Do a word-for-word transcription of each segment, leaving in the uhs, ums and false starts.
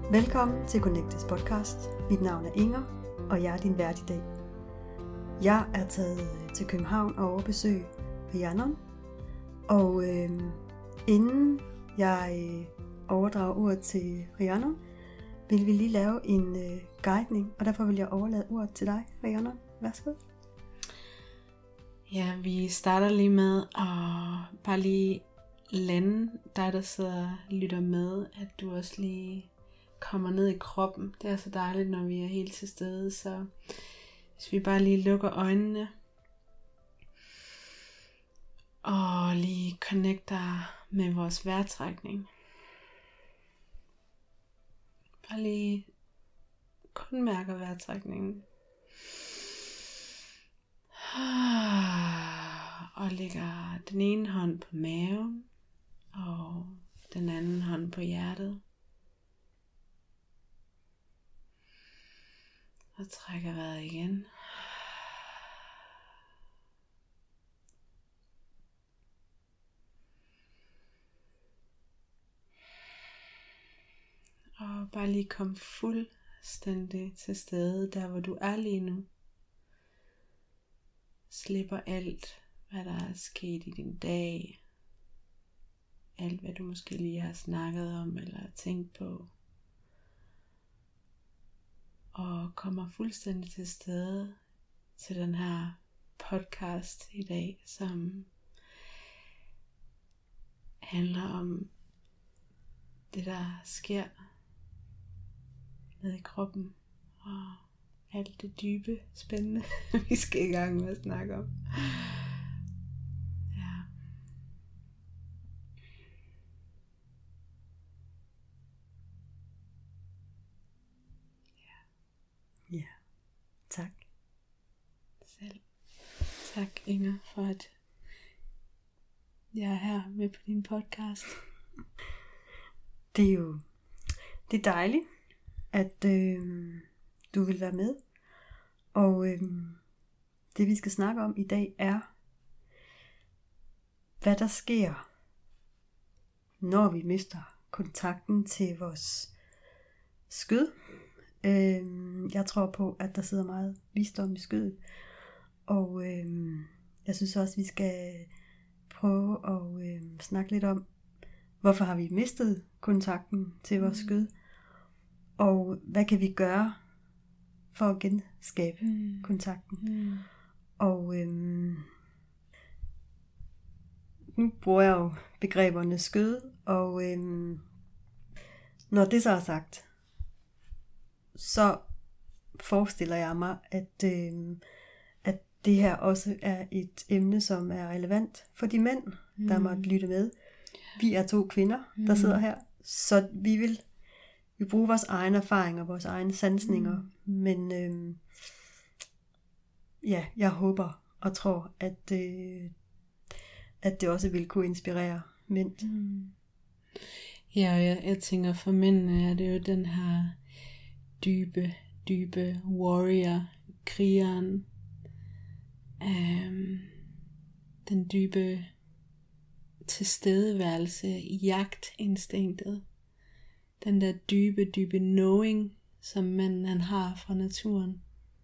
Velkommen til Connectes podcast. Mit navn er Inger, og jeg er din vært i dag. Jeg er taget til København og overbesøg Rhiannon. Og øh, inden jeg øh, overdrager ordet til Rhiannon, vil vi lige lave en øh, guidning, og derfor vil jeg overlade ordet til dig, Rhiannon. Værsgo. Ja, vi starter lige med at bare lige lande dig, der sidder og lytter med, at du også lige kommer ned i kroppen. Det er så dejligt, når vi er helt til stede, så hvis vi bare lige lukker øjnene og lige connecter med vores vejrtrækning. Bare lige kun mærker vejrtrækningen. Og lægger den ene hånd på maven og den anden hånd på hjertet. Og trækker vejret igen. Og bare lige kom fuldstændig til stede, der hvor du er lige nu. Slipper alt, hvad der er sket i din dag. Alt, hvad du måske lige har snakket om eller tænkt på. Og kommer fuldstændig til stede til den her podcast i dag, som handler om det, der sker nede i kroppen, og alt det dybe, spændende, vi skal i gang med at snakke om. Ja. Ja, tak. Selv. Tak, Inger, for at jeg er her med på din podcast. Det er jo det er dejligt, at øh, du vil være med. Og øh, det vi skal snakke om i dag er, hvad der sker, når vi mister kontakten til vores skød. Øh, jeg tror på, at der sidder meget visdom i skødet. Og øh, jeg synes også, vi skal prøve at øh, snakke lidt om, hvorfor har vi mistet kontakten til vores skød. Og hvad kan vi gøre for at genskabe mm. kontakten. Mm. Og øhm, nu bruger jeg jo begreberne skød, og øhm, når det så er sagt, så forestiller jeg mig, at, øhm, at det her også er et emne, som er relevant for de mænd, mm. der måtte lytte med. Vi er to kvinder, der mm. sidder her, så vi vil vi bruger vores egne erfaringer, vores egne sansninger, mm. men øhm, ja, jeg håber og tror, at, øh, at det også vil kunne inspirere mænd. Mm. Ja, jeg, jeg tænker for mændene er det jo den her dybe, dybe warrior, krigeren, øhm, den dybe tilstedeværelse, jagtinstinktet. Den der dybe, dybe knowing, som manden han har fra naturen.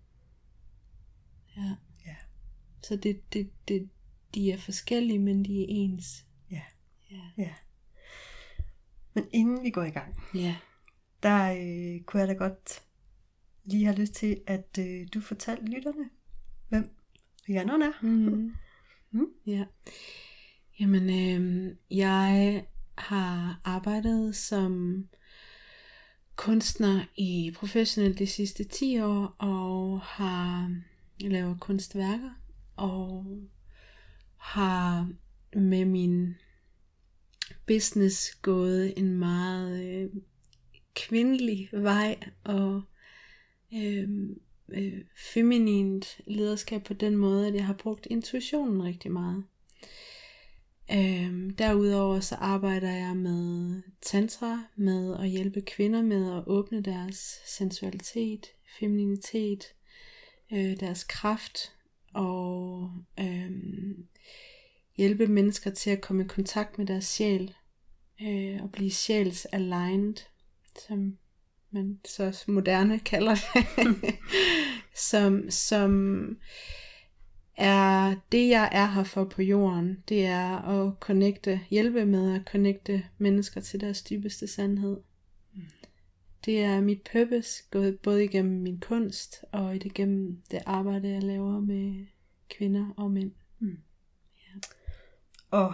Ja. Ja. Så det, det, det, de er forskellige, men de er ens. Ja. Ja. Ja. Men inden vi går i gang, ja. der øh, kunne jeg da godt lige have lyst til, at øh, du fortalte lytterne, hvem Rhiannon er. Mm-hmm. mm. Ja. Jamen, øh, jeg har arbejdet som kunstner i professionelt de sidste ti år, og har lavet kunstværker, og har med min business gået en meget øh, kvindelig vej, og øh, øh, feminint lederskab på den måde, at jeg har brugt intuitionen rigtig meget. Øhm, derudover så arbejder jeg med tantra, med at hjælpe kvinder med at åbne deres sensualitet, femininitet, øh, deres kraft, og øhm, hjælpe mennesker til at komme i kontakt med deres sjæl, øh, og blive sjæls aligned, som man så moderne kalder det, som, som er det, jeg er her for på jorden. Det er at connecte, hjælpe med at connecte mennesker til deres dybeste sandhed. Mm. Det er mit purpose, gået både igennem min kunst, og igennem det arbejde, jeg laver med kvinder og mænd. Mm. Ja. Og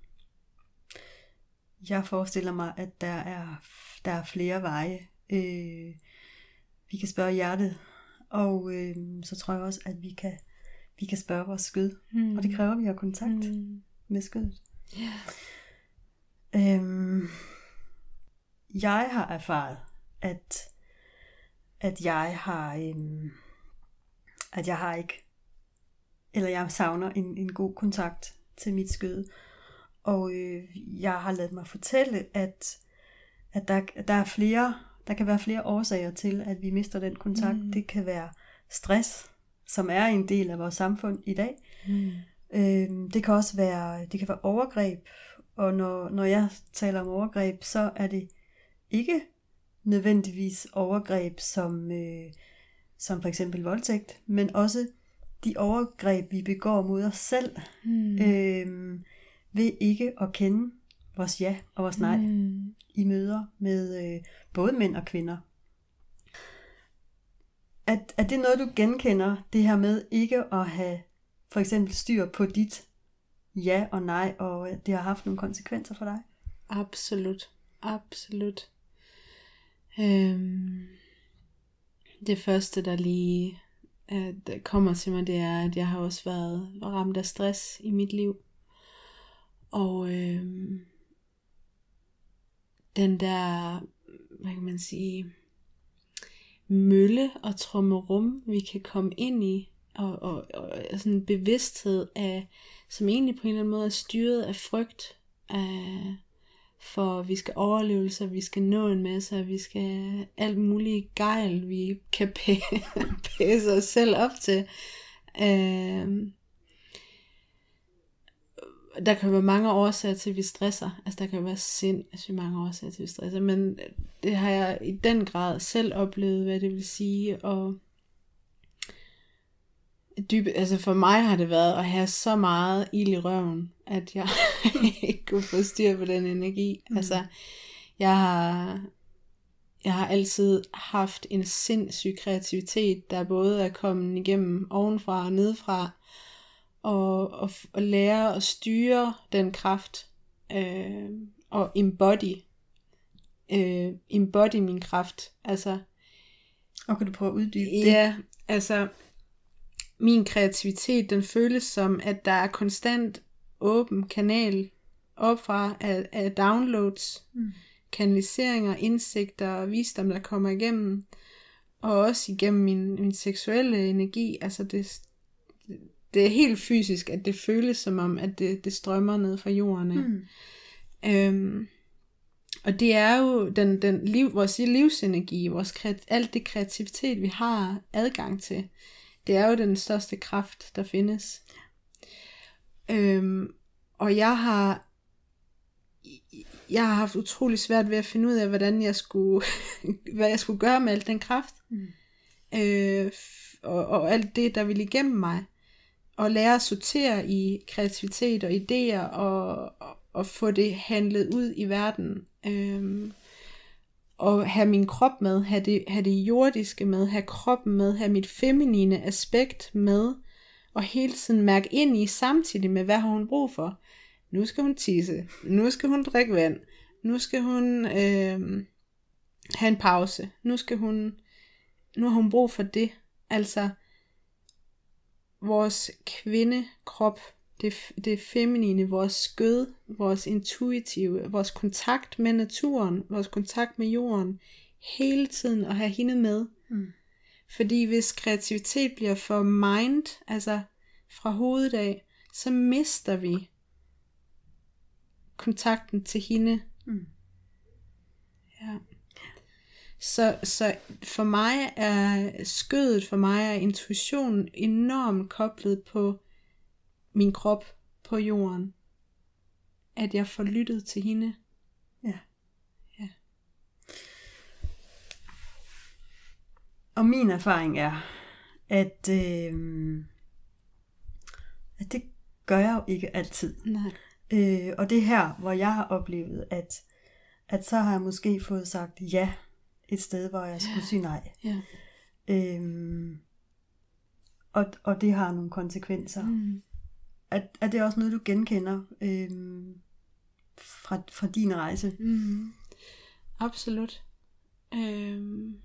jeg forestiller mig, at der er, der er flere veje. Øh, vi kan spørge hjertet, og øh, så tror jeg også, at vi kan, vi kan spørge vores skød. Mm. Og det kræver, at vi har kontakt mm. med skødet. Yeah. Øh, jeg har erfaret, at, at jeg har, øh, at jeg har ikke, eller jeg savner en, en god kontakt til mit skød. Og øh, jeg har ladet mig fortælle, at, at der, der er flere, der kan være flere årsager til, at vi mister den kontakt. Mm. Det kan være stress, som er en del af vores samfund i dag. Mm. Øh, det kan også være, det kan være overgreb. Og når, når jeg taler om overgreb, så er det ikke nødvendigvis overgreb som, øh, som for eksempel voldtægt, men også de overgreb, vi begår mod os selv. Mm. Øh, ved ikke at kende vores ja og vores nej mm. i møder med øh, både mænd og kvinder. At, er det noget, du genkender, det her med ikke at have for eksempel styr på dit ja og nej, og det har haft nogle konsekvenser for dig? Absolut. Absolut. Øhm, det første, der lige øh, der kommer til mig, det er, at jeg har også været ramt af stress i mit liv. Og øh, den der, hvad kan man sige, mølle og trummerum, vi kan komme ind i, og, og, og sådan en bevidsthed af, som egentlig på en eller anden måde er styret af frygt, af, for vi skal overleve, så vi skal nå en masse, og vi skal alt muligt gejl, vi kan pæse os selv op til. Øh, Der kan være mange årsager til, at vi stresser. Altså der kan være sindssygt mange årsager til, at vi stresser. Men det har jeg i den grad selv oplevet, hvad det vil sige. Og dybe, altså for mig har det været at have så meget ild i røven, at jeg ikke kunne få styr på den energi. Mm. Altså jeg har, jeg har altid haft en sindssyg kreativitet, der både er kommet igennem ovenfra og nedefra. Og, og, og lære at styre den kraft, øh, og embody, øh, embody min kraft, altså. Og kan du prøve at uddybe det? Ja, altså, min kreativitet, den føles som, at der er konstant åben kanal opfra af, af downloads, mm. kanaliseringer, indsigter og visdom, der kommer igennem, og også igennem min, min seksuelle energi, altså det Det er helt fysisk, at det føles som om, at det, det strømmer ned fra jorden. Mm. Øhm, og det er jo den, den liv, vores livsenergi, vores kreat, alt det kreativitet, vi har adgang til. Det er jo den største kraft, der findes. Øhm, og jeg har, jeg har haft utrolig svært ved at finde ud af, hvordan jeg skulle, hvad jeg skulle gøre med al den kraft. Mm. Øh, og, og alt det, der ville igennem mig. Og lære at sortere i kreativitet og idéer, og, og, og få det handlet ud i verden. Øhm, og have min krop med, have det, have det jordiske med, have kroppen med, have mit feminine aspekt med, og hele tiden mærke ind i samtidig med, hvad har hun brug for. Nu skal hun tisse, nu skal hun drikke vand, nu skal hun øh, have en pause, nu skal hun, nu har hun brug for det. Altså, vores kvindekrop, det, det feminine, vores skød, vores intuitive, vores kontakt med naturen, vores kontakt med jorden, hele tiden at have hende med. Mm. Fordi hvis kreativitet bliver for mind, altså fra hovedet af, så mister vi kontakten til hende. Mm. Ja. Så, så for mig er skødet, for mig er intuitionen enormt koblet på min krop, på jorden. At jeg får lyttet til hende. Ja. Ja. og min erfaring er, at, øh, at det gør jeg jo ikke altid. Nej. Øh, og det er her, hvor jeg har oplevet, at, at så har jeg måske fået sagt ja et sted, hvor jeg skulle sige nej. Ja. Øhm, og, og det har nogle konsekvenser. Mm. Er, er det også noget, du genkender øhm, fra, fra din rejse? Mm. Absolut. Øhm.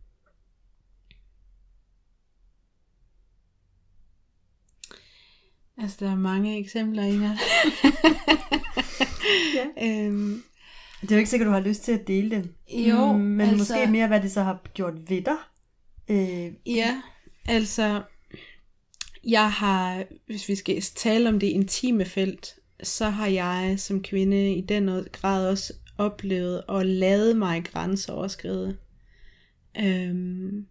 Altså, der er mange eksempler, Inger. Ja. øhm. Det er jo ikke sikkert, du har lyst til at dele dem. Jo, mm, Men altså, måske mere, hvad det så har gjort ved dig. Øh. Ja, altså, jeg har, hvis vi skal tale om det intime felt, så har jeg som kvinde i den grad også oplevet at lade mig grænseoverskride. Øhm,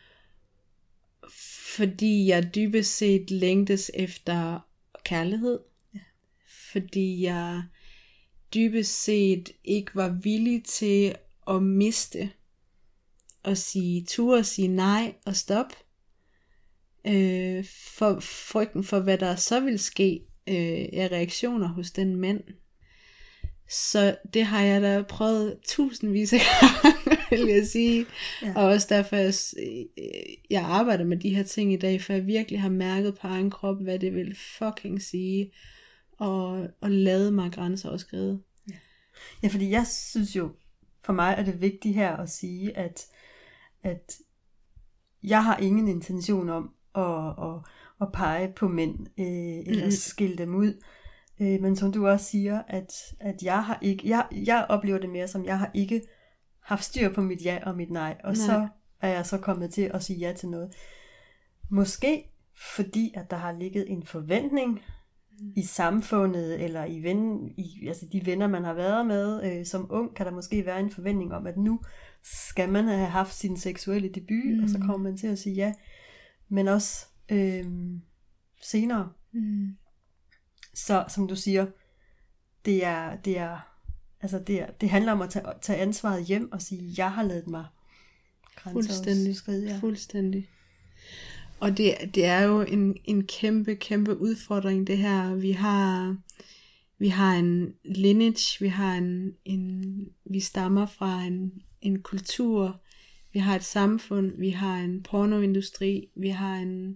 fordi jeg dybest set længtes efter kærlighed. Ja. Fordi jeg dybest set ikke var villig til at miste og sige ture og sige nej og stop. Øh, for frygten for hvad der så vil ske øh, af reaktioner hos den mand. Så det har jeg da prøvet tusindvis af gange, vil jeg sige. Ja. Og også derfor jeg, jeg arbejder med de her ting i dag, for jeg virkelig har mærket på egen krop, hvad det vil fucking sige og, og lade mig grænseoverskride. Ja. Ja, fordi jeg synes jo, for mig er det vigtigt her at sige, at, at jeg har ingen intention om at, at, at pege på mænd, øh, eller mm-hmm. skille dem ud. Øh, men som du også siger, at, at jeg har ikke, jeg, jeg oplever det mere som, jeg har ikke haft styr på mit ja og mit nej, og nej. Så er jeg så kommet til at sige ja til noget. Måske fordi, at der har ligget en forventning i samfundet, eller i, ven, i altså de venner, man har været med. Øh, som ung kan der måske være en forventning om, at nu skal man have haft sin seksuelle debut, mm. og så kommer man til at sige ja. Men også øh, senere. Mm. Så som du siger, det er, det er, altså det, er, det handler om at tage, tage ansvaret hjem og sige, jeg har ladet mig fuldstændig skride, ja. Fuldstændig. Og det, det er jo en, en kæmpe, kæmpe udfordring, det her. Vi har, vi har en lineage, vi har en, en vi stammer fra en, en kultur, vi har et samfund, vi har en pornoindustri, vi har en,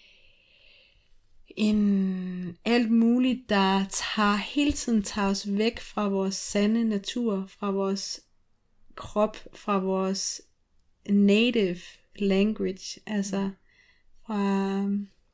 en alt muligt, der tager, hele tiden tager os væk fra vores sande natur, fra vores krop, fra vores native language, altså fra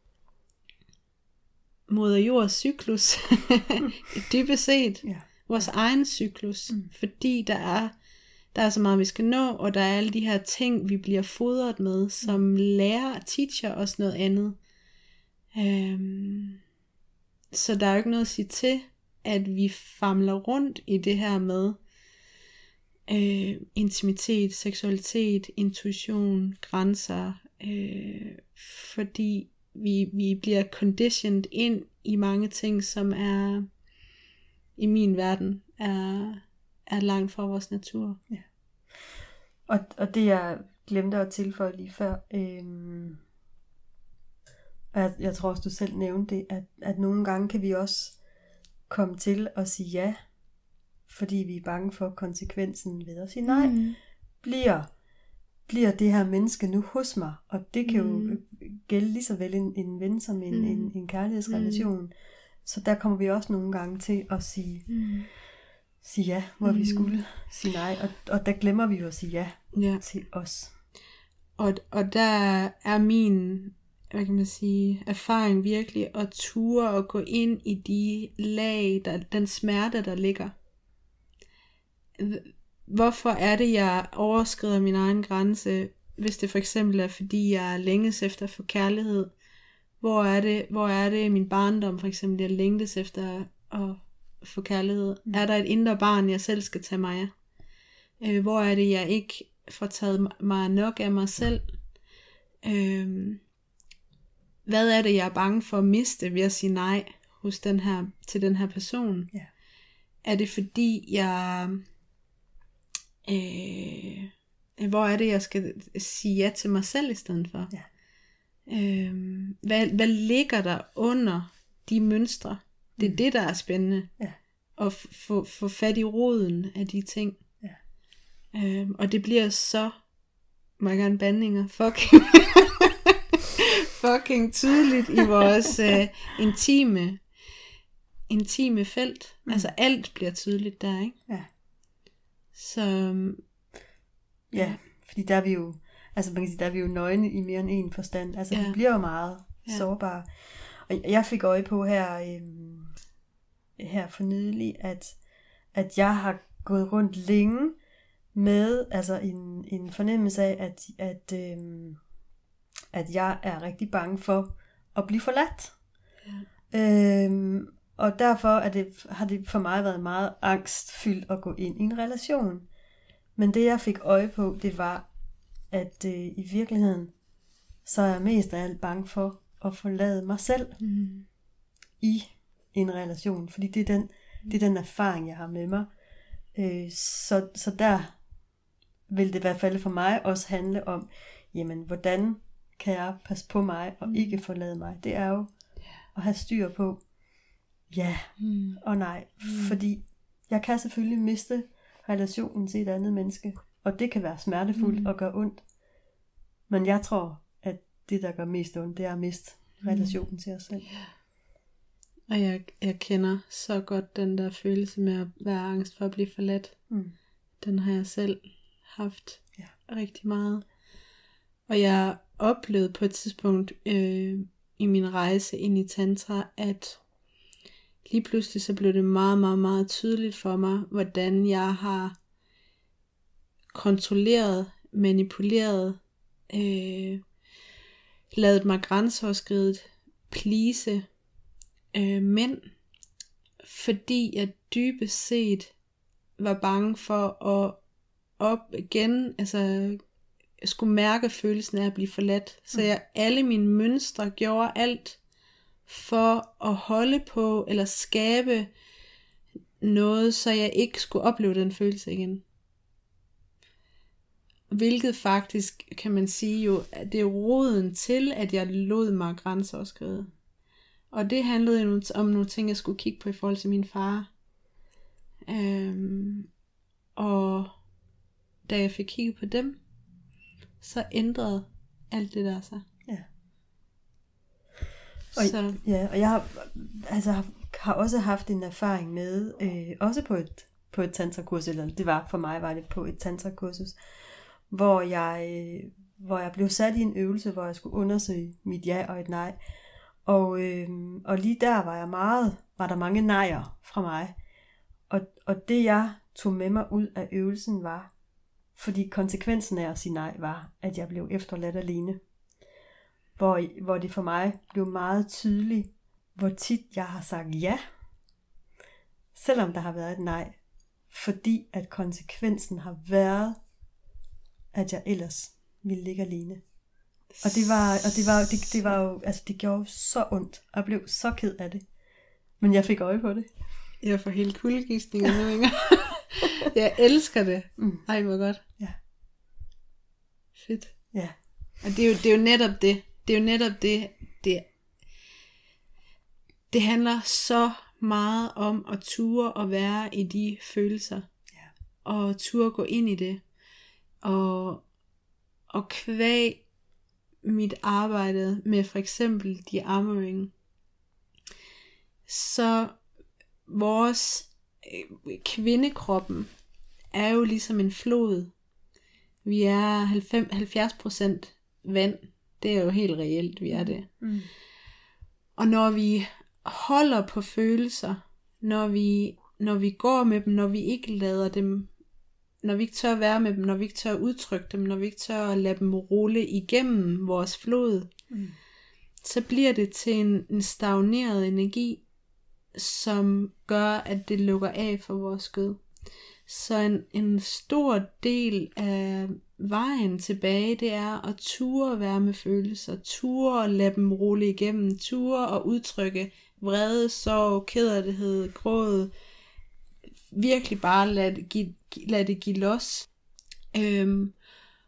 moder jords cyklus, dybest set, ja. Vores egen cyklus, mm. fordi der er, der er så meget, vi skal nå, og der er alle de her ting, vi bliver fodret med, som mm. lærer og teacher os noget andet. Um, så der er jo ikke noget at sige til, at vi famler rundt i det her med øh, intimitet, seksualitet, intuition, grænser, øh, fordi vi, vi bliver conditioned ind i mange ting, som er i min verden er, er langt fra vores natur. Ja. Og, og det jeg glemte at tilføje lige før, øh, jeg, jeg tror også du selv nævnte det, at, at nogle gange kan vi også komme til at sige ja, fordi vi er bange for konsekvensen ved at sige nej. Mm. Bliver, bliver det her menneske nu hos mig? Og det kan mm. jo gælde lige så vel en, en ven som en, mm. en, en kærlighedsrelation. Mm. Så der kommer vi også nogle gange til at sige, mm. sige ja, hvor mm. vi skulle sige nej. Og, og der glemmer vi jo at sige ja, ja. til os. Og, og der er min, hvad kan man sige, erfaring virkelig at ture og gå ind i de lag, der, den smerte, der ligger. Hvorfor er det, jeg overskrider min egen grænse, hvis det for eksempel er, fordi jeg længes efter at få kærlighed? Hvor er det, hvor er det i min barndom, for eksempel, jeg længes efter at få kærlighed? Mm. Er der et indre barn, jeg selv skal tage mig af? Øh, hvor er det, jeg ikke får taget mig nok af mig selv? Øh, hvad er det, jeg er bange for at miste ved at sige nej hos den her, til den her person? Yeah. Er det fordi, jeg... Øh, Hvor er det, jeg skal sige ja til mig selv i stedet for? Ja. Øhm, hvad, hvad ligger der under de mønstre? Det er mm. det, der er spændende. Ja. At få, få fat i roden af de ting. Ja. Øhm, og det bliver så, må jeg gerne bandinger, fucking, fucking tydeligt i vores øh, intime, intime felt. Mm. Altså alt bliver tydeligt der, ikke? Ja. Så... Ja, ja, fordi der er vi jo, altså man kan sige, der er vi jo nøgne i mere end en forstand. Altså ja. vi bliver jo meget ja. sårbare. Og jeg fik øje på her, øhm, her for nylig, at, at jeg har gået rundt længe med altså en, en fornemmelse af, at, at, øhm, at jeg er rigtig bange for at blive forladt. Ja. Øhm, og derfor er det, har det for mig været meget angstfyldt at gå ind i en relation. Men det jeg fik øje på, det var, at øh, i virkeligheden, så er jeg mest af alt bange for at forlade mig selv mm. i en relation. Fordi det er den, det er den erfaring, jeg har med mig. Øh, så, så der vil det i hvert fald for mig også handle om, jamen hvordan kan jeg passe på mig og ikke forlade mig? Det er jo at have styr på, ja mm. og nej. Mm. Fordi jeg kan selvfølgelig miste relationen til et andet menneske, og det kan være smertefuldt mm. og gøre ondt. Men jeg tror, at det der gør mest ondt, det er at miste relationen mm. til os selv. Yeah. Og jeg, jeg kender så godt den der følelse med at være angst for at blive forladt. Mm. Den har jeg selv haft yeah. rigtig meget. Og jeg oplevede på et tidspunkt øh, i min rejse ind i tantra, at lige pludselig så blev det meget, meget, meget tydeligt for mig, hvordan jeg har kontrolleret, manipuleret, øh, ladet mig grænseoverskridet, please øh, mænd, fordi jeg dybest set var bange for at op igen, altså jeg skulle mærke følelsen af at blive forladt. Så jeg alle mine mønstre gjorde alt for at holde på eller skabe noget, så jeg ikke skulle opleve den følelse igen. Hvilket faktisk, kan man sige jo, at det er roden til, at jeg lod mig grænseoverskride. Og det handlede jo om nogle ting, jeg skulle kigge på i forhold til min far. Øhm, og da jeg fik kigget på dem, så ændrede alt det der sig. Ja. Og, så. Ja, og jeg har, altså, har også haft en erfaring med, øh, også på et, på et tantrakursus, eller det var for mig, var det på et tantrakursus, hvor jeg, øh, hvor jeg blev sat i en øvelse, hvor jeg skulle undersøge mit ja og et nej. Og, øh, og lige der var jeg meget, var der mange nejer fra mig. Og, og det jeg tog med mig ud af øvelsen var, fordi konsekvensen af at sige nej var, at jeg blev efterladt alene. Hvor, hvor det for mig blev meget tydeligt, hvor tit jeg har sagt ja, selvom der har været et nej. Fordi at konsekvensen har været, at jeg ellers ville ligge alene. Og det var, og det var, det, det var jo, altså det gjorde så ondt, og jeg blev så ked af det. Men jeg fik øje på det. Jeg får helt kuldegysninger nu, Inger. Jeg elsker det. Mm. Ej, hvor godt. Ja. Fedt. Ja. Og det er jo, det er jo netop det. Det er jo netop det. Det, det handler så meget om at ture og være i de følelser. Ja. Og ture gå ind i det. Og, og kvæg mit arbejde med for eksempel de armoring. Så vores kvindekroppen er jo ligesom en flod. Vi er halvfjerds procent vand. Det er jo helt reelt, vi er det. Mm. Og når vi holder på følelser, når vi, når vi går med dem, når vi ikke lader dem, når vi ikke tør være med dem, når vi ikke tør udtrykke dem, når vi ikke tør at lade dem rulle igennem vores flod, mm. så bliver det til en, en stagneret energi, som gør, at det lukker af for vores skød. Så en, en stor del af vejen tilbage, det er at ture at være med følelser, ture at lade dem rulle igennem, ture at udtrykke vrede, sorg, kederlighed, gråd, virkelig bare lade det give, lade det give los. Øhm,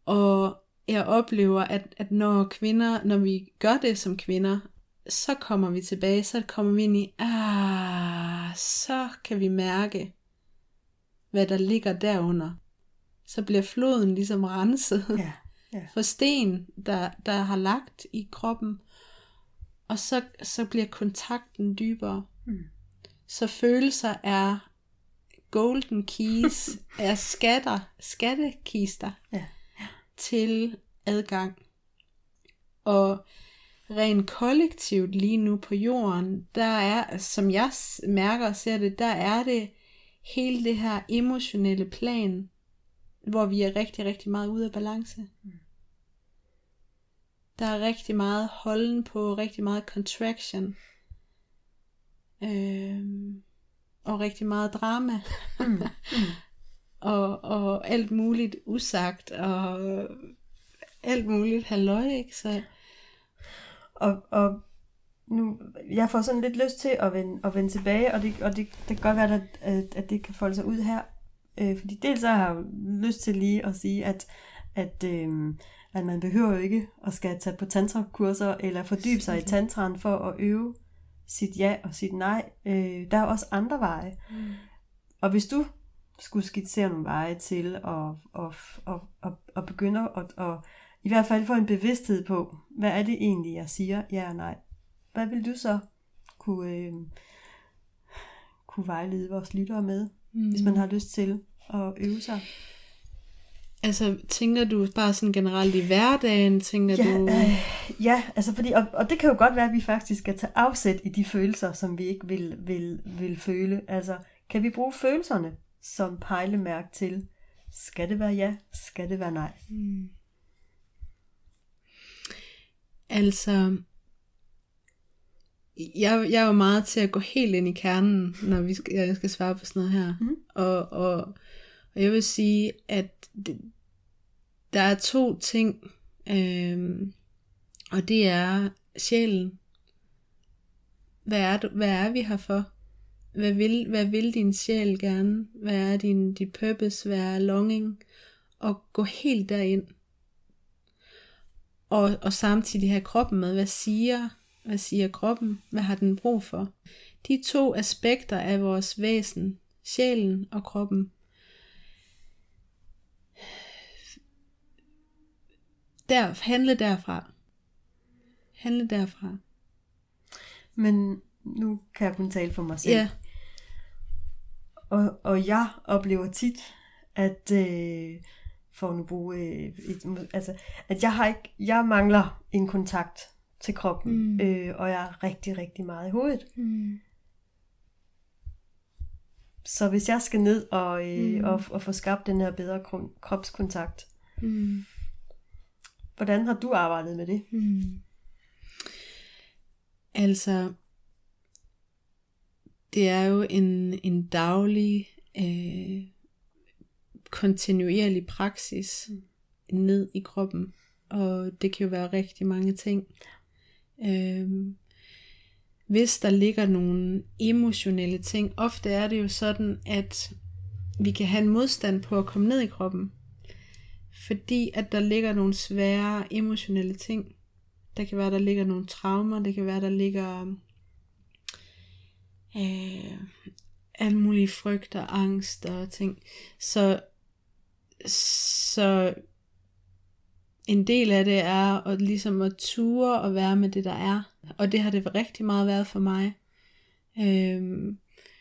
Og jeg oplever, at, at når kvinder, når vi gør det som kvinder, så kommer vi tilbage, så kommer vi ind i, ah, så kan vi mærke, hvad der ligger derunder. Så bliver floden ligesom renset ja, ja. for sten, der, der har lagt i kroppen, og så, så bliver kontakten dybere. Mm. Så følelser er golden keys, er skatter, skattekister ja, ja. til adgang. Og rent kollektivt lige nu på jorden, der er, som jeg mærker og ser det, der er det hele det her emotionelle plan, hvor vi er rigtig, rigtig meget ude af balance. Mm. Der er rigtig meget holden på, rigtig meget contraction. Øhm, og rigtig meget drama. Mm. Mm. og, og alt muligt usagt, og alt muligt halløj, ikke? Så... Og, og nu, jeg får sådan lidt lyst til at vende, at vende tilbage, og, det, og det, det kan godt være, at, at, at det kan folde sig ud her. Øh, fordi dels så har jeg jo lyst til lige at sige, at, at, øh, at man behøver jo ikke at skal tage på tantrakurser, eller fordybe sig i tantraen for at øve sit ja og sit nej. Øh, der er også andre veje. Mm. Og hvis du skulle skitsere nogle veje til at, at, at, at, at begynde at, at i hvert fald få en bevidsthed på, hvad er det egentlig, jeg siger ja og nej. Hvad vil du så kunne, øh, kunne vejlede vores lyttere med, mm. hvis man har lyst til at øve sig? Altså, tænker du bare sådan generelt i hverdagen? Tænker ja, du... øh, ja, altså fordi, og, og det kan jo godt være, at vi faktisk skal tage afsæt i de følelser, som vi ikke vil, vil, vil føle. Altså, kan vi bruge følelserne som pejlemærke til, skal det være ja, skal det være nej? Mm. Altså, jeg, jeg er jo meget til at gå helt ind i kernen, når vi skal, jeg skal svare på sådan noget her. Mm. Og, og, og jeg vil sige, at det, der er to ting, øhm, og det er sjælen. Hvad er, du, hvad er vi her for? Hvad vil, hvad vil din sjæl gerne? Hvad er din, din purpose? Hvad er longing? Og gå helt derind. Og, og samtidig have kroppen med, hvad siger, hvad siger kroppen, hvad har den brug for. De to aspekter af vores væsen, sjælen og kroppen, der, handle derfra. Handle derfra. Men nu kan jeg kun tale for mig selv. Ja. Og, og jeg oplever tit, at... Øh, for at bruge øh, et, altså, at jeg har ikke, jeg mangler en kontakt til kroppen, mm. øh, og jeg er rigtig, rigtig meget i hovedet. Mm. Så hvis jeg skal ned og, øh, mm. og, og få skabt den her bedre kropskontakt, mm. hvordan har du arbejdet med det? Mm. Altså, det er jo en, en daglig øh, kontinuerlig praksis mm. ned i kroppen, og det kan jo være rigtig mange ting. Øhm, hvis der ligger nogle emotionelle ting, ofte er det jo sådan, at vi kan have en modstand på at komme ned i kroppen, fordi at der ligger nogle svære emotionelle ting. Der kan være, der ligger nogle traumer, det kan være, der ligger øh, alle mulige frygter, angst og ting. Så Så en del af det er at ligesom at ture og være med det der er. Og det har det rigtig meget været for mig. Øhm,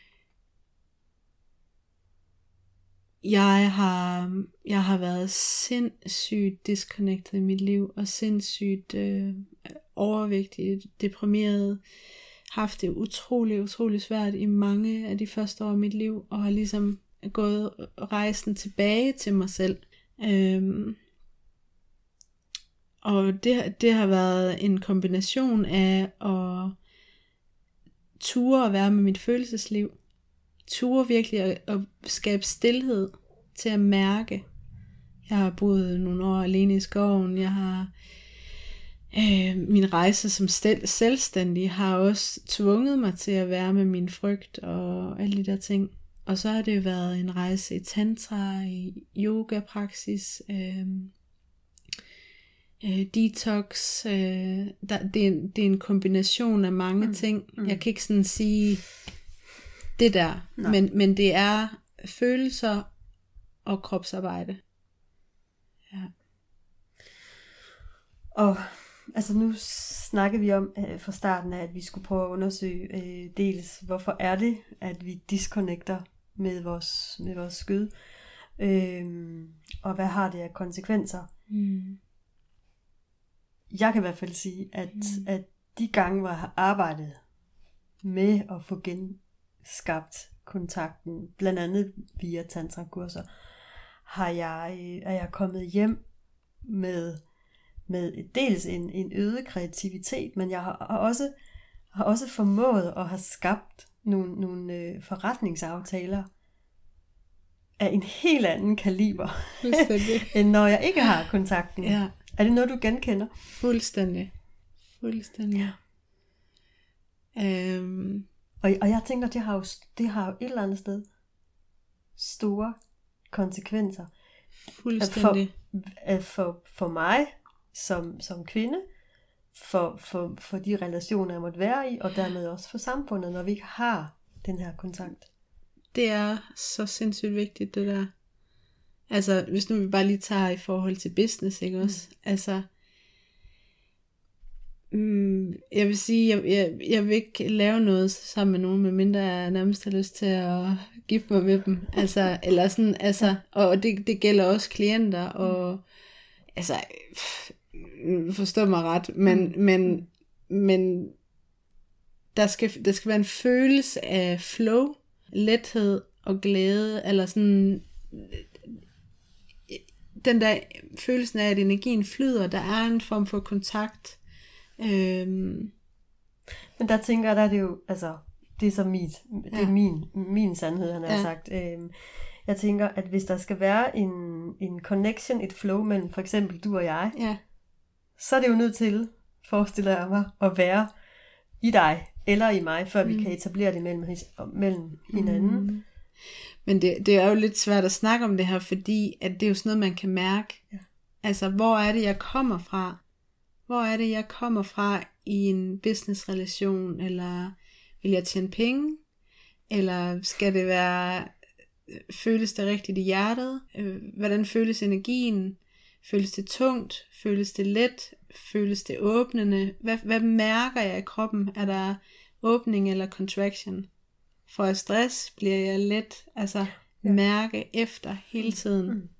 jeg har jeg har været sindssygt disconnected i mit liv, og sindssygt øh, overvægtig, deprimeret, haft det utrolig, utrolig svært i mange af de første år af mit liv, og har ligesom gået rejsen tilbage til mig selv. Øhm, og det, det har været en kombination af at ture at være med mit følelsesliv, ture virkelig at, at skabe stilhed til at mærke. Jeg har boet nogle år alene i skoven, jeg har øh, min rejse som stel, selvstændig har også tvunget mig til at være med min frygt og alle de der ting. Og så har det været en rejse i tantra, i yoga-praksis, øh, øh, detox. Øh, der, det, er, det er en kombination af mange mm. ting. Mm. Jeg kan ikke sådan sige det der, men, men det er følelser og kropsarbejde. Ja. Og altså nu snakkede vi om øh, fra starten af, at vi skulle prøve at undersøge øh, dels, hvorfor er det, at vi disconnecter med vores, med vores skød, øh, og hvad har det af konsekvenser. Mm. Jeg kan i hvert fald sige, at, mm. at de gange, hvor jeg har arbejdet med at få genskabt kontakten, blandt andet via tantrakurser, har jeg, er jeg kommet hjem med med dels en, en øget kreativitet, men jeg har også, har også formået at have skabt nogle, nogle øh, forretningsaftaler af en helt anden kaliber, end når jeg ikke har kontakten. Ja. Er det noget, du genkender? Fuldstændig. Fuldstændig. Ja. Øhm. Og, og jeg tænker, det har, jo, det har jo et eller andet sted store konsekvenser. Fuldstændig. For, for, for mig, Som, som kvinde, for, for, for de relationer, jeg måtte være i, og dermed også for samfundet, når vi ikke har den her kontakt. Det er så sindssygt vigtigt, det der. Altså, hvis nu vi bare lige tager i forhold til business, ikke også? Mm. Altså, mm, jeg vil sige, jeg, jeg, jeg vil ikke lave noget sammen med nogen, medmindre jeg nærmest har lyst til at gifte mig med dem. Altså, eller sådan, altså, og det, det gælder også klienter, og altså, forstå mig ret, men, mm. men, men der skal, der skal være en følelse af flow, lethed og glæde, eller sådan, den der følelsen af, at energien flyder, der er en form for kontakt. Øhm. Men der tænker jeg, der er det jo, altså, det er så mit, det er ja. min, min sandhed, han har ja. sagt. Øhm, jeg tænker, at hvis der skal være en, en connection, et flow mellem for eksempel du og jeg, ja. så er det jo nødt til, forestiller jeg mig, at være i dig eller i mig, før mm. vi kan etablere det mellem, mellem hinanden. Mm. Men det, det er jo lidt svært at snakke om det her, fordi at det er jo sådan noget, man kan mærke. Ja. Altså, hvor er det, jeg kommer fra? Hvor er det, jeg kommer fra i en businessrelation? Eller vil jeg tjene penge? Eller skal det være, føles det rigtigt i hjertet? Hvordan føles energien? Føles det tungt? Føles det let? Føles det åbnende? Hvad, hvad mærker jeg i kroppen? Er der åbning eller contraction? Får jeg stress? Bliver jeg let? Altså ja. mærke efter hele tiden. Mm.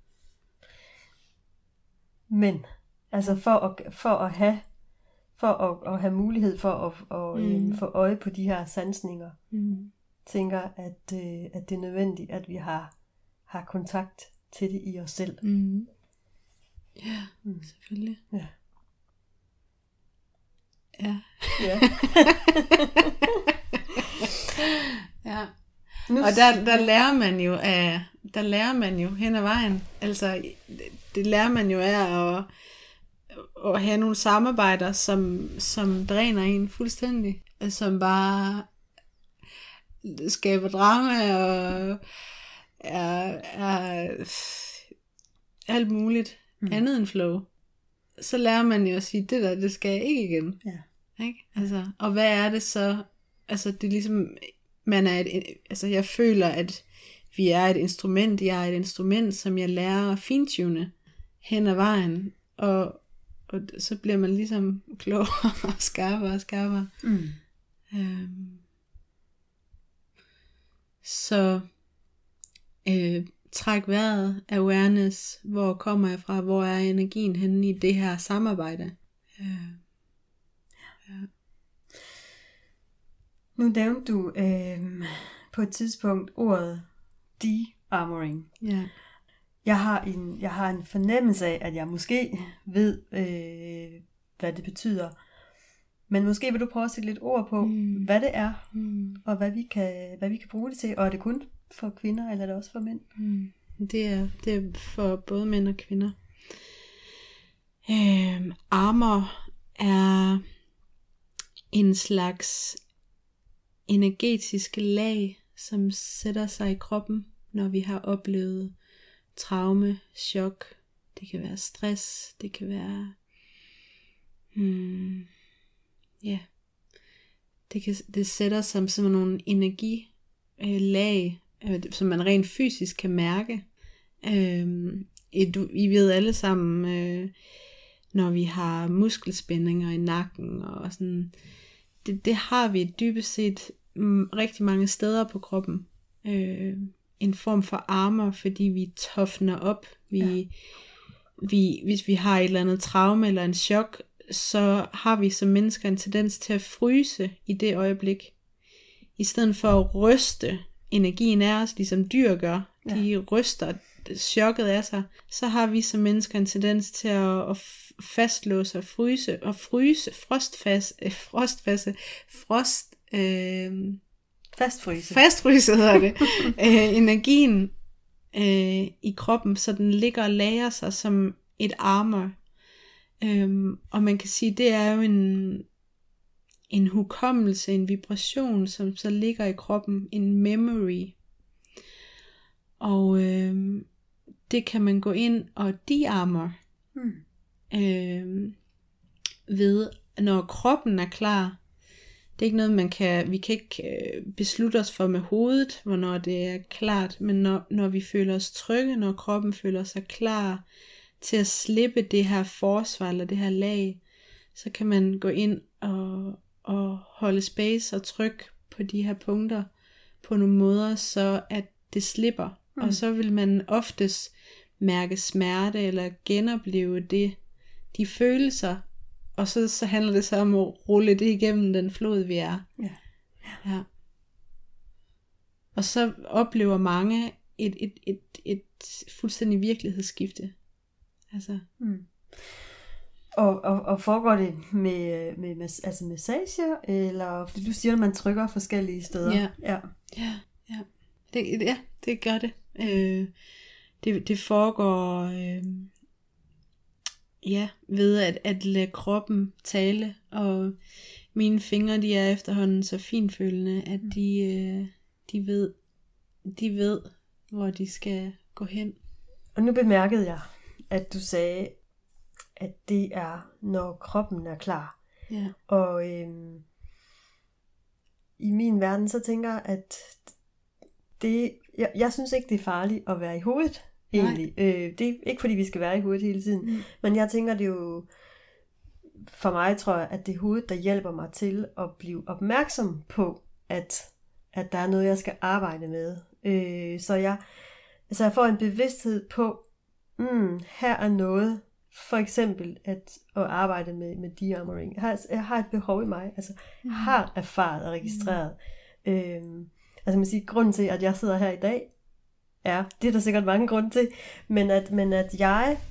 Men altså for at, for at have for at, at have mulighed for at, at mm. få øje på de her sansninger, mm. tænker at, at det er nødvendigt, at vi har, har kontakt til det i os selv. Mm. Ja, mm. selvfølgelig. Ja. Ja. Ja. Ja. Nu, og der, der lærer man jo af, der lærer man jo hen ad vejen. Altså, det, det lærer man jo af at, at have nogle samarbejder, som, som dræner en fuldstændig. Som bare skaber drama og er, er alt muligt mm. andet end flow. Så lærer man jo at sige, det der, det skal jeg ikke igen. Ja. Ikke? Altså, og hvad er det så? Altså, det er ligesom, man er et, altså, jeg føler, at vi er et instrument. Jeg er et instrument, som jeg lærer at fintune hen ad vejen. Og, og så bliver man ligesom klogere og skarpere og skarpere. Mm. Øhm. Så øh, træk vejret, awareness, hvor kommer jeg fra, hvor er energien henne i det her samarbejde. Øh. Ja. Nu nævnte du øh, på et tidspunkt ordet de-armoring. Ja. Jeg har en, jeg har en fornemmelse af, at jeg måske ved, øh, hvad det betyder. Men måske vil du prøve at sætte lidt ord på, mm. hvad det er, mm. og hvad vi, kan, hvad vi kan bruge det til. Og er det kun for kvinder, eller er det også for mænd? Mm. Det, er, det er for både mænd og kvinder. Øh, armor er en slags energetiske lag, som sætter sig i kroppen, når vi har oplevet traume, chok. Det kan være stress, det kan være Hmm. Ja. Yeah. Det, kan, det sætter som sådan nogle energilag, øh, som man rent fysisk kan mærke. Øh, du, I ved alle sammen, øh, når vi har muskelspændinger i nakken og sådan, det, det har vi dybest set mm, rigtig mange steder på kroppen. Øh, en form for armor, fordi vi toughener op. Vi, ja. vi, hvis vi har et eller andet traume eller en chok, så har vi som mennesker en tendens til at fryse i det øjeblik. I stedet for at ryste energien af os, ligesom dyr gør. De ja. ryster chokket af sig. Så har vi som mennesker en tendens til at, at fastlåse og fryse. Og fryse, frostfase, frostfase, frost... Øh, Fastfryse. Fastfryse hedder det. øh, energien øh, i kroppen, så den ligger og lager sig som et armor. Øhm, og man kan sige, det er jo en, en hukommelse, en vibration, som så ligger i kroppen, en memory. Og øhm, det kan man gå ind og de-armor hmm. øhm, ved, når kroppen er klar. Det er ikke noget, man kan, vi kan ikke øh, beslutte os for med hovedet, hvornår det er klart, men når, når vi føler os trygge, når kroppen føler sig klar til at slippe det her forsvar, eller det her lag, så kan man gå ind og, og holde space og trykke på de her punkter på nogle måder, så at det slipper. Mm. Og så vil man oftest mærke smerte, eller genopleve det, de følelser, og så, så handler det så om at rulle det igennem den flod, vi er. Ja. Ja. Og så oplever mange et, et, et, et fuldstændig virkelighedsskifte. Altså. Mm. Og, og, og foregår det med, med, med altså massage, eller fordi du siger, at man trykker forskellige steder? Ja, ja, ja, ja. Det, ja, det gør det. Øh, det, det foregår øh, ja, ved at, at lade kroppen tale, og mine fingre, de er efterhånden så finfølende, at de, øh, de ved, de ved, hvor de skal gå hen. Og nu bemærkede jeg, at du sagde, at det er, når kroppen er klar. Ja. Og øhm, i min verden, så tænker jeg, at det, jeg, jeg synes ikke, det er farligt at være i hovedet, egentlig. Øh, det er ikke, fordi vi skal være i hovedet hele tiden. Mm. Men jeg tænker, det er jo, for mig tror jeg, at det er hovedet, der hjælper mig til at blive opmærksom på, at, at der er noget, jeg skal arbejde med. Øh, så jeg, altså jeg får en bevidsthed på, mm, her er noget, for eksempel at, at arbejde med, med de-armoring. Jeg har, jeg har et behov i mig, altså jeg har erfaret og registreret. Mm. Øhm, altså man siger, grunden til, at jeg sidder her i dag, er, det er der sikkert mange grunde til, men at, men at jeg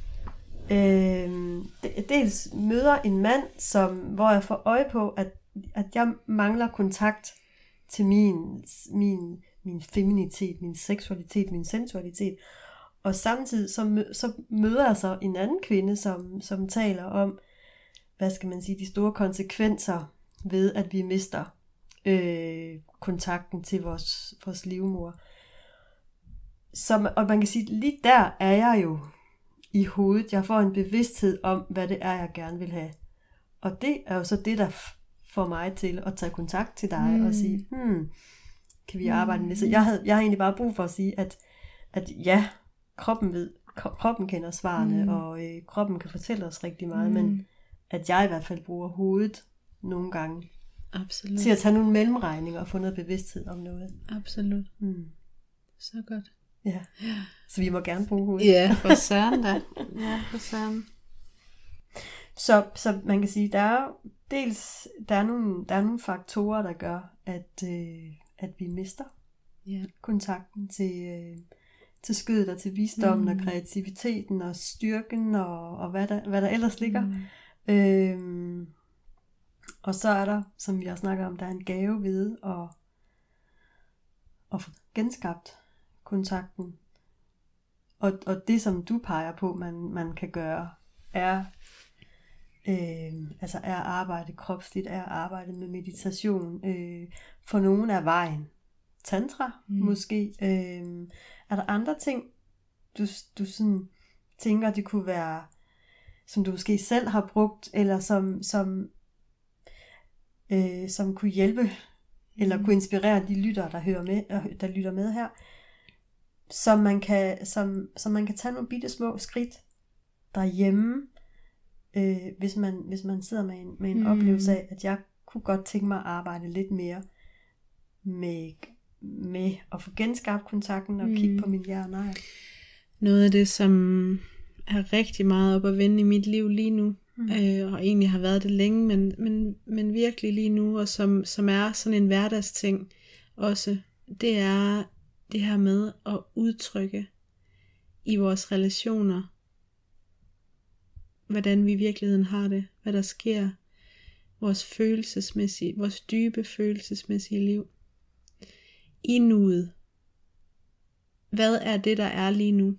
øhm, dels møder en mand, som, hvor jeg får øje på, at, at jeg mangler kontakt til min, min, min feminitet, min seksualitet, min sensualitet. Og samtidig så, mø- så møder jeg så en anden kvinde, som, som taler om, hvad skal man sige, de store konsekvenser ved, at vi mister øh, kontakten til vores, vores livmor. Så, og man kan sige, lige der er jeg jo i hovedet. Jeg får en bevidsthed om, hvad det er, jeg gerne vil have. Og det er jo så det, der får mig til at tage kontakt til dig mm. og sige, hmm, kan vi arbejde med det? Så jeg, havde, jeg har egentlig bare brug for at sige, at, at ja, kroppen ved, kroppen kender svarene, mm. og øh, kroppen kan fortælle os rigtig meget, mm. men at jeg i hvert fald bruger hovedet nogle gange. Absolut. Til at tage nogle mellemregninger og få noget bevidsthed om noget. Absolut. Mm. Så godt. Ja. Så vi må gerne bruge hovedet. Ja, for søren da. Ja, for søren. Så, så man kan sige, der er dels der er nogle, der er nogle faktorer, der gør, at, øh, at vi mister yeah. kontakten til, øh, til skødet og til visdommen mm. og kreativiteten og styrken og, og hvad, der, hvad der ellers ligger. Mm. Øhm, og så er der, som vi har snakket om, der er en gave ved at, at få genskabt kontakten. Og, og det, som du peger på, man, man kan gøre, er øh, altså er at arbejde kropsligt, er at arbejde med meditation. Øh, for nogen er vejen tantra, mm. måske. Øh, er der andre ting, du, du sådan tænker, det kunne være som du måske selv har brugt, eller som, som, øh, som kunne hjælpe, eller kunne inspirere de lyttere, der, hører med, der lytter med her, som man kan, som, som man kan tage nogle bitte små skridt derhjemme, øh, hvis, man, hvis man sidder med en, med en mm. oplevelse af, at jeg kunne godt tænke mig at arbejde lidt mere med, med at få genskabt kontakten og mm. kigge på min ja og nej. Noget af det, som er rigtig meget op at vende i mit liv lige nu, mm. øh, og egentlig har været det længe, men, men, men virkelig lige nu, og som, som er sådan en hverdagsting også, det er det her med at udtrykke i vores relationer, hvordan vi i virkeligheden har det, hvad der sker, vores følelsesmæssige, vores dybe følelsesmæssige liv. I nuet. Hvad er det, der er lige nu?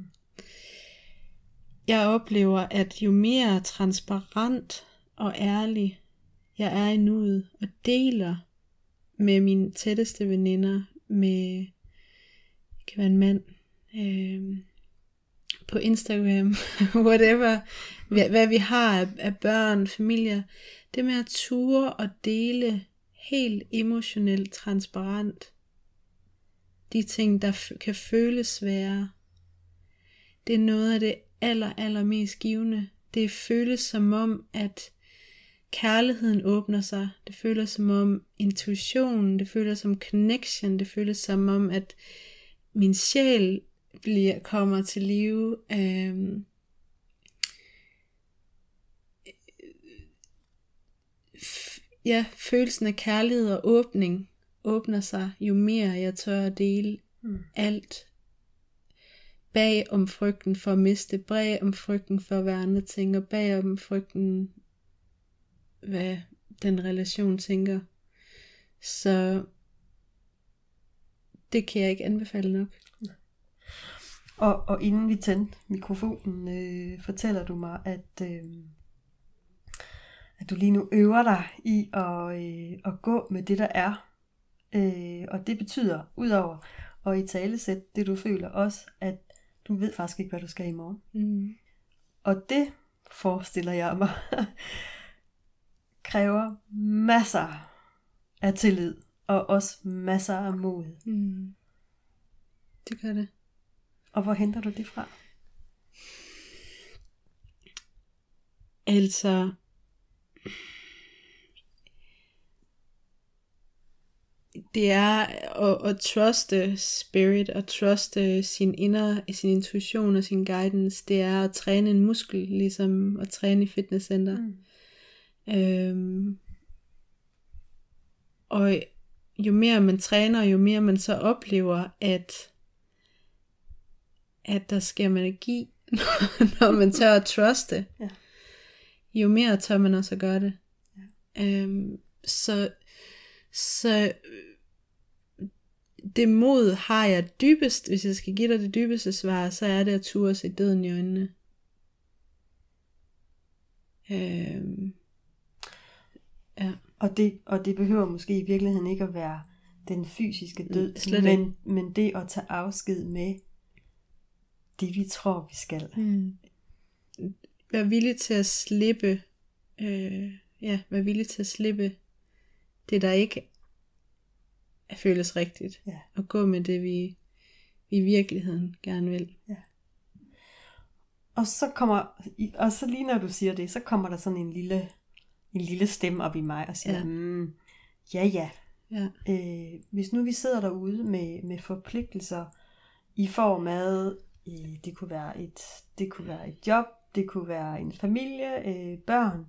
Jeg oplever, at jo mere transparent og ærlig jeg er i nuet, og deler med mine tætteste veninder, med, det kan være en mand, øh, på Instagram, whatever, hvad, hvad vi har af, af børn, familier, det med at ture og dele helt emotionelt transparent de ting, der f- kan føles svære. Det er noget af det aller, aller mest givende. Det føles som om, at kærligheden åbner sig. Det føles som om intuitionen, det føles som connection, det føles som om, at min sjæl bliver, kommer til live. Øhm, f- ja, følelsen af kærlighed og åbning åbner sig, jo mere jeg tør at dele mm. alt. Bag om frygten for at miste, bag om frygten for at være andre ting, og bag om frygten, hvad den relation tænker. Så det kan jeg ikke anbefale nok. Og, og inden vi tændte mikrofonen, øh, fortæller du mig, at, øh, at du lige nu øver dig i at, øh, at gå med det, der er. Øh, og det betyder, udover at italesætte det, du føler, også, at du ved faktisk ikke, hvad du skal i morgen. Mm. Og det forestiller jeg mig, kræver masser af tillid, og også masser af mod. Mm. Det gør det. Og hvor henter du det fra? Altså, det er at, at truste spirit, og truste sin inner, sin intuition og sin guidance. Det er at træne en muskel, ligesom at træne i fitnesscenter. Mm. Øhm, og jo mere man træner, jo mere man så oplever, at at der sker magi, når man tør at truste, ja. Jo mere tør man også at gøre det. Ja. Øhm, så så det mod har jeg dybest, hvis jeg skal give dig det dybeste svar, så er det at turde se døden i øjnene. Øhm, ja. Og det, og det behøver måske i virkeligheden ikke at være den fysiske død, Slet men, ikke. men det at tage afsked med det, vi tror, vi skal. Mm. Vær villig til at slippe, øh, ja, vær villig til at slippe det, der ikke føles rigtigt. Ja. Og gå med det, vi, vi i virkeligheden gerne vil. Ja. Og så kommer, og så lige når du siger det, så kommer der sådan en lille, en lille stemme op i mig og siger, ja, mm, ja, ja. ja. Øh, hvis nu vi sidder derude med, med forpligtelser i form af, øh, det kunne være et, det kunne være et job, det kunne være en familie, øh, børn,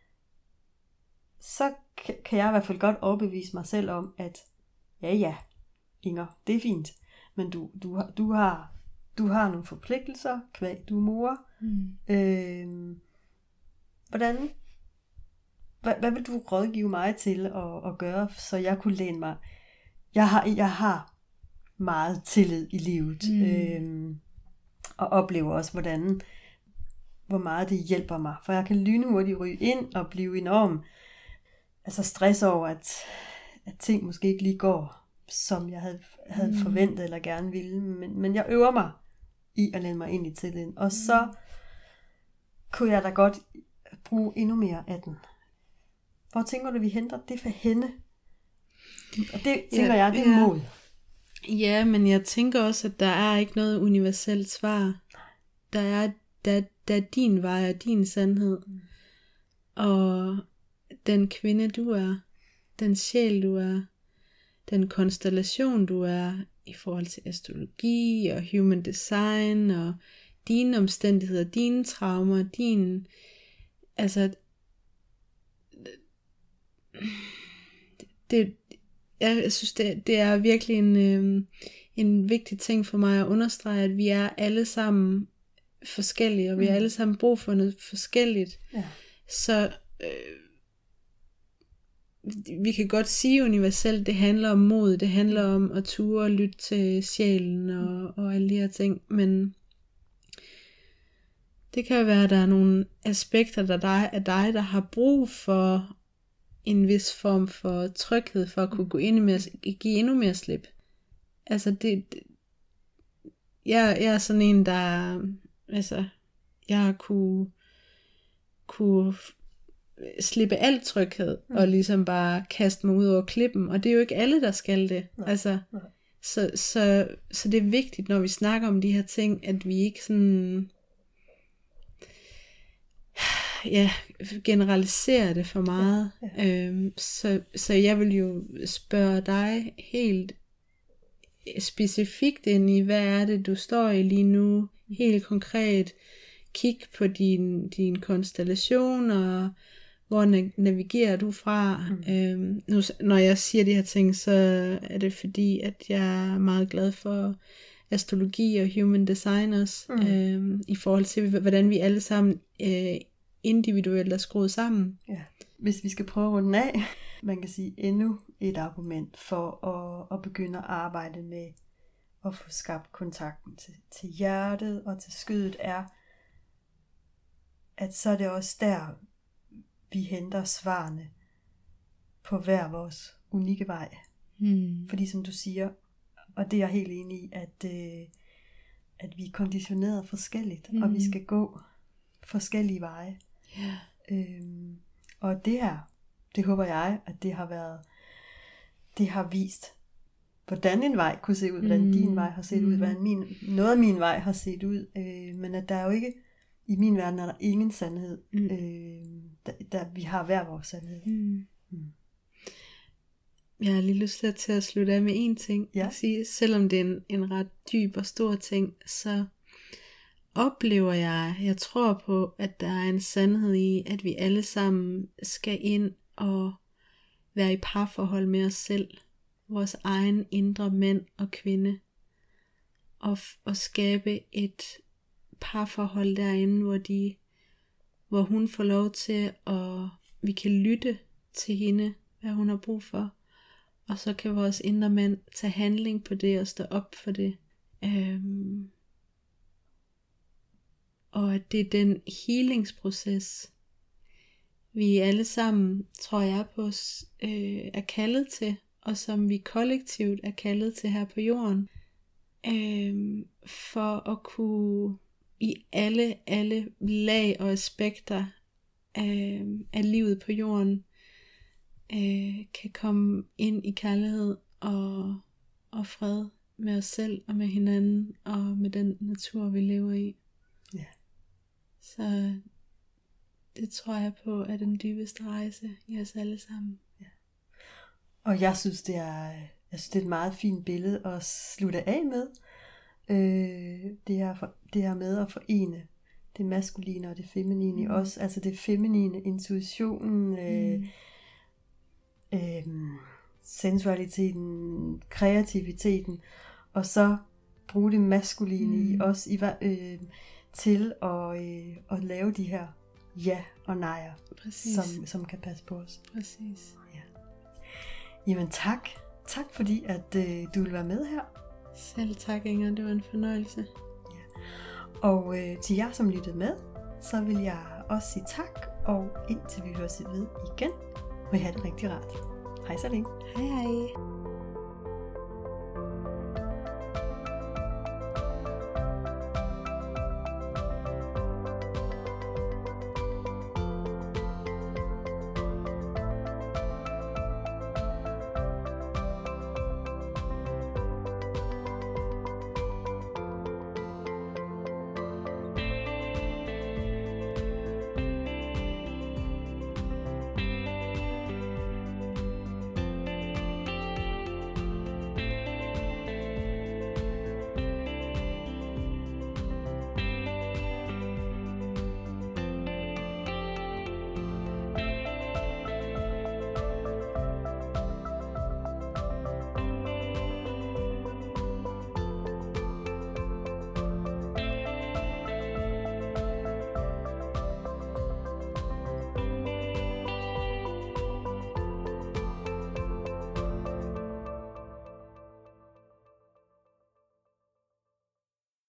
så kan jeg i hvert fald godt overbevise mig selv om, at ja, ja, Inger, det er fint, men du, du, har, du, har, du har nogle forpligtelser, kvæg du er mor. Mm. Øh, hvordan, hvad, hvad vil du rådgive mig til at, at gøre, så jeg kunne læne mig? Jeg har, jeg har meget tillid i livet, mm. øh, og oplever også, hvordan, hvor meget det hjælper mig, for jeg kan lynhurtigt ryge ind og blive enorm, altså stress over, at, at ting måske ikke lige går, som jeg havde, havde mm. forventet eller gerne ville, men, men jeg øver mig i at lade mig ind i tilliden, og så kunne jeg da godt bruge endnu mere af den. Hvor tænker du, vi henter det for hende? Og det tænker ja, jeg, det er ja. mod. Ja, men jeg tænker også, at der er ikke noget universelt svar. Der er, der, der er din vej og din sandhed. Mm. Og den kvinde, du er, den sjæl, du er, den konstellation, du er, i forhold til astrologi og human design og dine omstændigheder, dine traumer, din, altså, det, jeg synes, det, det er virkelig en, øh, en vigtig ting for mig at understrege, at vi er alle sammen forskellige, og vi har alle sammen brug for noget forskelligt. Ja. Så øh, vi kan godt sige universelt, det handler om mod, det handler om at ture og lytte til sjælen og, og alle de her ting, men det kan jo være, at der er nogle aspekter der dig, af dig, der har brug for en vis form for tryghed, for at kunne gå endnu mere, give endnu mere slip. Altså det, det jeg, jeg er sådan en, der altså, jeg har kunne, kunne slippe alt tryghed, mm. og ligesom bare kaste mig ud over klippen, og det er jo ikke alle, der skal det. Nej. Altså, Nej. Så, så, så det er vigtigt, når vi snakker om de her ting, at vi ikke sådan ja, generaliserer det for meget. Ja, ja. Øhm, så, så jeg vil jo spørge dig helt specifikt ind i, hvad er det, du står i lige nu, helt konkret. Kig på din, din konstellation, og hvor navigerer du fra. Mm. Øhm, nu, når jeg siger de her ting, så er det fordi, at jeg er meget glad for astrologi og human design også, mm. øhm, i forhold til, hvordan vi alle sammen øh, individuelt er skruet sammen. Ja. Hvis vi skal prøve at runde af, man kan sige endnu et argument for at, at begynde at arbejde med at få skabt kontakten til, til hjertet og til skødet, er, at så er det også der, vi henter svarene på hver vores unikke vej. Mm. Fordi som du siger, og det er jeg helt enig i, at, øh, at vi er konditioneret forskelligt, mm. og vi skal gå forskellige veje. Yeah. Øhm, og det her, det håber jeg, at det har været, det har vist, hvordan en vej kunne se ud, hvordan mm. din vej har set mm. ud, hvordan min, noget af min vej har set ud, øh, men at der er jo ikke, i min verden er der ingen sandhed, mm. øh, der, der vi har hver vores sandhed. Mm. Mm. Jeg har lige lyst til at slutte af med en ting, ja. At sige, selvom det er en, en ret dyb og stor ting, så oplever jeg, jeg tror på, at der er en sandhed i, at vi alle sammen skal ind og være i parforhold med os selv, vores egen indre mænd og kvinde, og, og skabe et parforhold derinde, hvor de, hvor hun får lov til, at vi kan lytte til hende, hvad hun har brug for, og så kan vores indre mænd tage handling på det og stå op for det. Øhm, og at det er den healingsproces, vi alle sammen, tror jeg på, øh, er kaldet til, og som vi kollektivt er kaldet til her på jorden, øh, for at kunne i alle, alle lag og aspekter af, af livet på jorden, øh, kan komme ind i kærlighed og, og fred med os selv og med hinanden og med den natur, vi lever i. Ja. Så det tror jeg på er den dybeste rejse i os alle sammen. Ja. Og jeg synes, det er, jeg synes, det er et meget fint billede at slutte af med. Øh, det, her for, det her med at forene det maskuline og det feminine mm. i os. Altså det feminine, intuitionen, øh, mm. øh, sensualiteten, kreativiteten, og så bruge det maskuline mm. i os i, øh, til at, øh, at lave de her ja og nejer, som, som kan passe på os. Præcis. Ja. Jamen tak. Tak fordi, at øh, du vil være med her. Selv tak, Inger. Det var en fornøjelse. Ja. Og øh, til jer, som lyttede med, så vil jeg også sige tak, og indtil vi høres ved igen, må I have det rigtig rart. Hej så længe. Hej hej.